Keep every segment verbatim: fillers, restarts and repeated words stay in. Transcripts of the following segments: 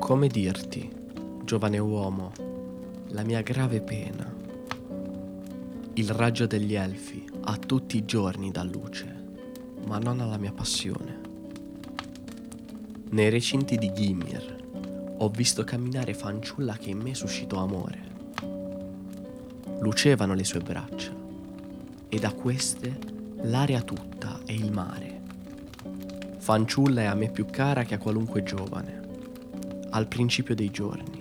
Come dirti, giovane uomo, la mia grave pena. Il raggio degli elfi ha tutti i giorni dà luce, ma non alla mia passione. Nei recinti di Gimir ho visto camminare fanciulla che in me suscitò amore. Lucevano le sue braccia, e da queste l'aria tutta e il mare. Fanciulla è a me più cara che a qualunque giovane, al principio dei giorni.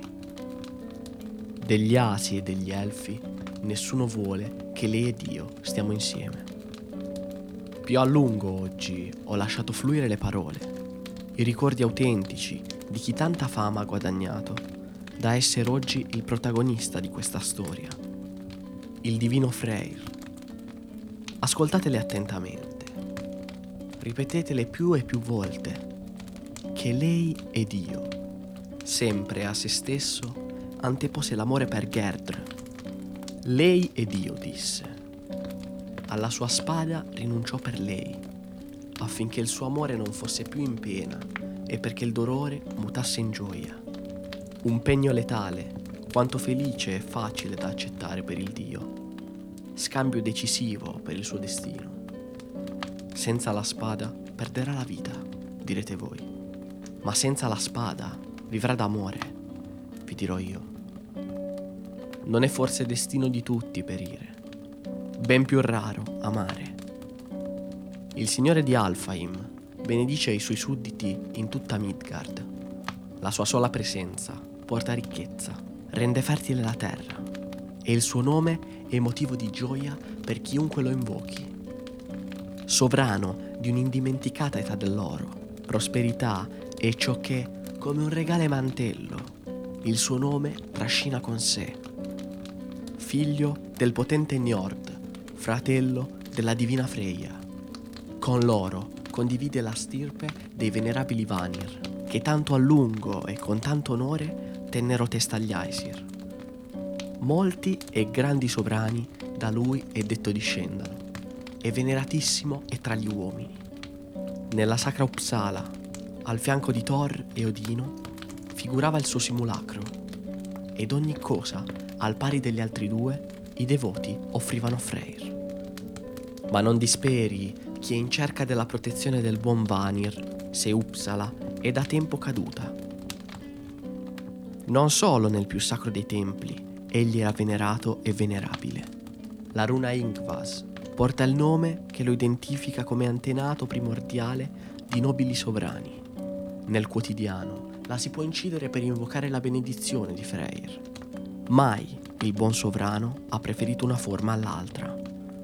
Degli asi e degli elfi nessuno vuole che lei ed io stiamo insieme. Più a lungo oggi ho lasciato fluire le parole, i ricordi autentici di chi tanta fama ha guadagnato, da essere oggi il protagonista di questa storia, il divino Freyr. Ascoltatele attentamente, ripetetele più e più volte, che lei ed io, sempre a se stesso, antepose l'amore per Gerdr. Lei ed io, disse. Alla sua spada rinunciò per lei, affinché il suo amore non fosse più in pena e perché il dolore mutasse in gioia. Un pegno letale, quanto felice e facile da accettare per il Dio, scambio decisivo per il suo destino. Senza la spada perderà la vita, direte voi, ma senza la spada vivrà d'amore, vi dirò io. Non è forse destino di tutti perire, ben più raro amare. Il signore di Alfheim benedice i suoi sudditi in tutta Midgard. La sua sola presenza porta ricchezza, rende fertile la terra, e il suo nome è motivo di gioia per chiunque lo invochi. Sovrano di un'indimenticata età dell'oro, prosperità è ciò che, come un regale mantello, il suo nome trascina con sé. Figlio del potente Njord, fratello della divina Freya. Con loro condivide la stirpe dei venerabili Vanir, che tanto a lungo e con tanto onore tennero testa agli Aesir. Molti e grandi sovrani da lui è detto discendano, e veneratissimo è tra gli uomini. Nella sacra Uppsala, al fianco di Thor e Odino, figurava il suo simulacro, ed ogni cosa, al pari degli altri due, i devoti offrivano a Freyr. Ma non disperi chi è in cerca della protezione del buon Vanir, se Uppsala è da tempo caduta. Non solo nel più sacro dei templi egli era venerato e venerabile. La runa Ingvas porta il nome che lo identifica come antenato primordiale di nobili sovrani. Nel quotidiano la si può incidere per invocare la benedizione di Freyr. Mai il buon sovrano ha preferito una forma all'altra.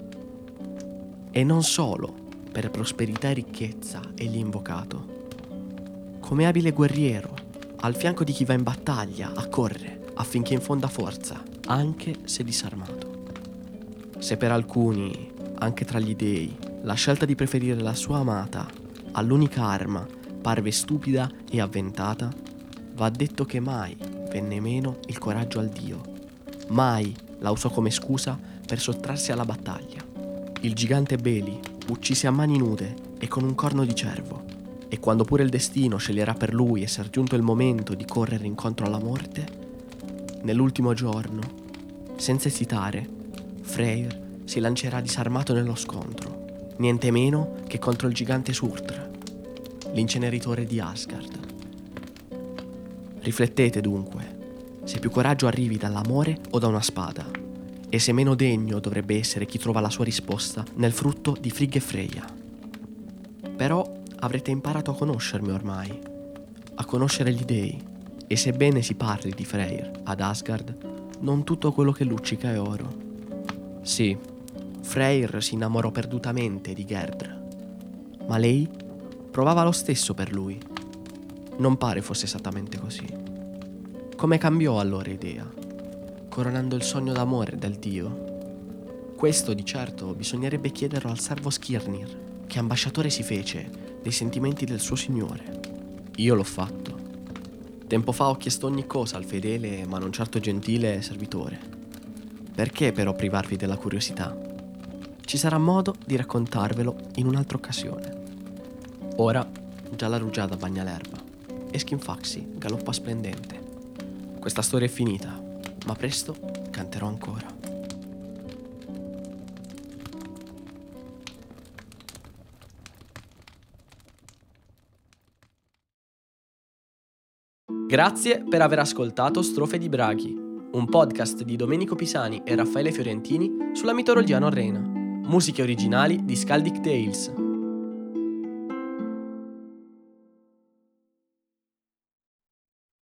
E non solo per prosperità e ricchezza egli è invocato. Come abile guerriero, al fianco di chi va in battaglia, accorre affinché infonda forza, anche se disarmato. Se per alcuni, anche tra gli dei, la scelta di preferire la sua amata all'unica arma parve stupida e avventata, va detto che mai venne meno il coraggio al Dio. Mai la usò come scusa per sottrarsi alla battaglia. Il gigante Beli uccise a mani nude e con un corno di cervo, e quando pure il destino sceglierà per lui esser giunto il momento di correre incontro alla morte, nell'ultimo giorno, senza esitare, Freyr si lancerà disarmato nello scontro, niente meno che contro il gigante Surtr, l'inceneritore di Asgard. Riflettete dunque, se più coraggio arrivi dall'amore o da una spada, e se meno degno dovrebbe essere chi trova la sua risposta nel frutto di Frigg e Freya. Però avrete imparato a conoscermi ormai, a conoscere gli dei, e sebbene si parli di Freyr ad Asgard, non tutto quello che luccica è oro. Sì, Freyr si innamorò perdutamente di Gerdr, ma lei provava lo stesso per lui. Non pare fosse esattamente così. Come cambiò allora idea, coronando il sogno d'amore del dio? Questo di certo bisognerebbe chiederlo al servo Skirnir, che ambasciatore si fece dei sentimenti del suo signore. Io l'ho fatto. Tempo fa ho chiesto ogni cosa al fedele ma non certo gentile servitore. Perché però privarvi della curiosità? Ci sarà modo di raccontarvelo in un'altra occasione. Ora già la rugiada bagna l'erba. e Skinfaxi galoppa splendente. Questa storia è finita, ma presto canterò ancora. Grazie per aver ascoltato Strofe di Braghi, un podcast di Domenico Pisani e Raffaele Fiorentini sulla mitologia norrena. Musiche originali di Skaldic Tales.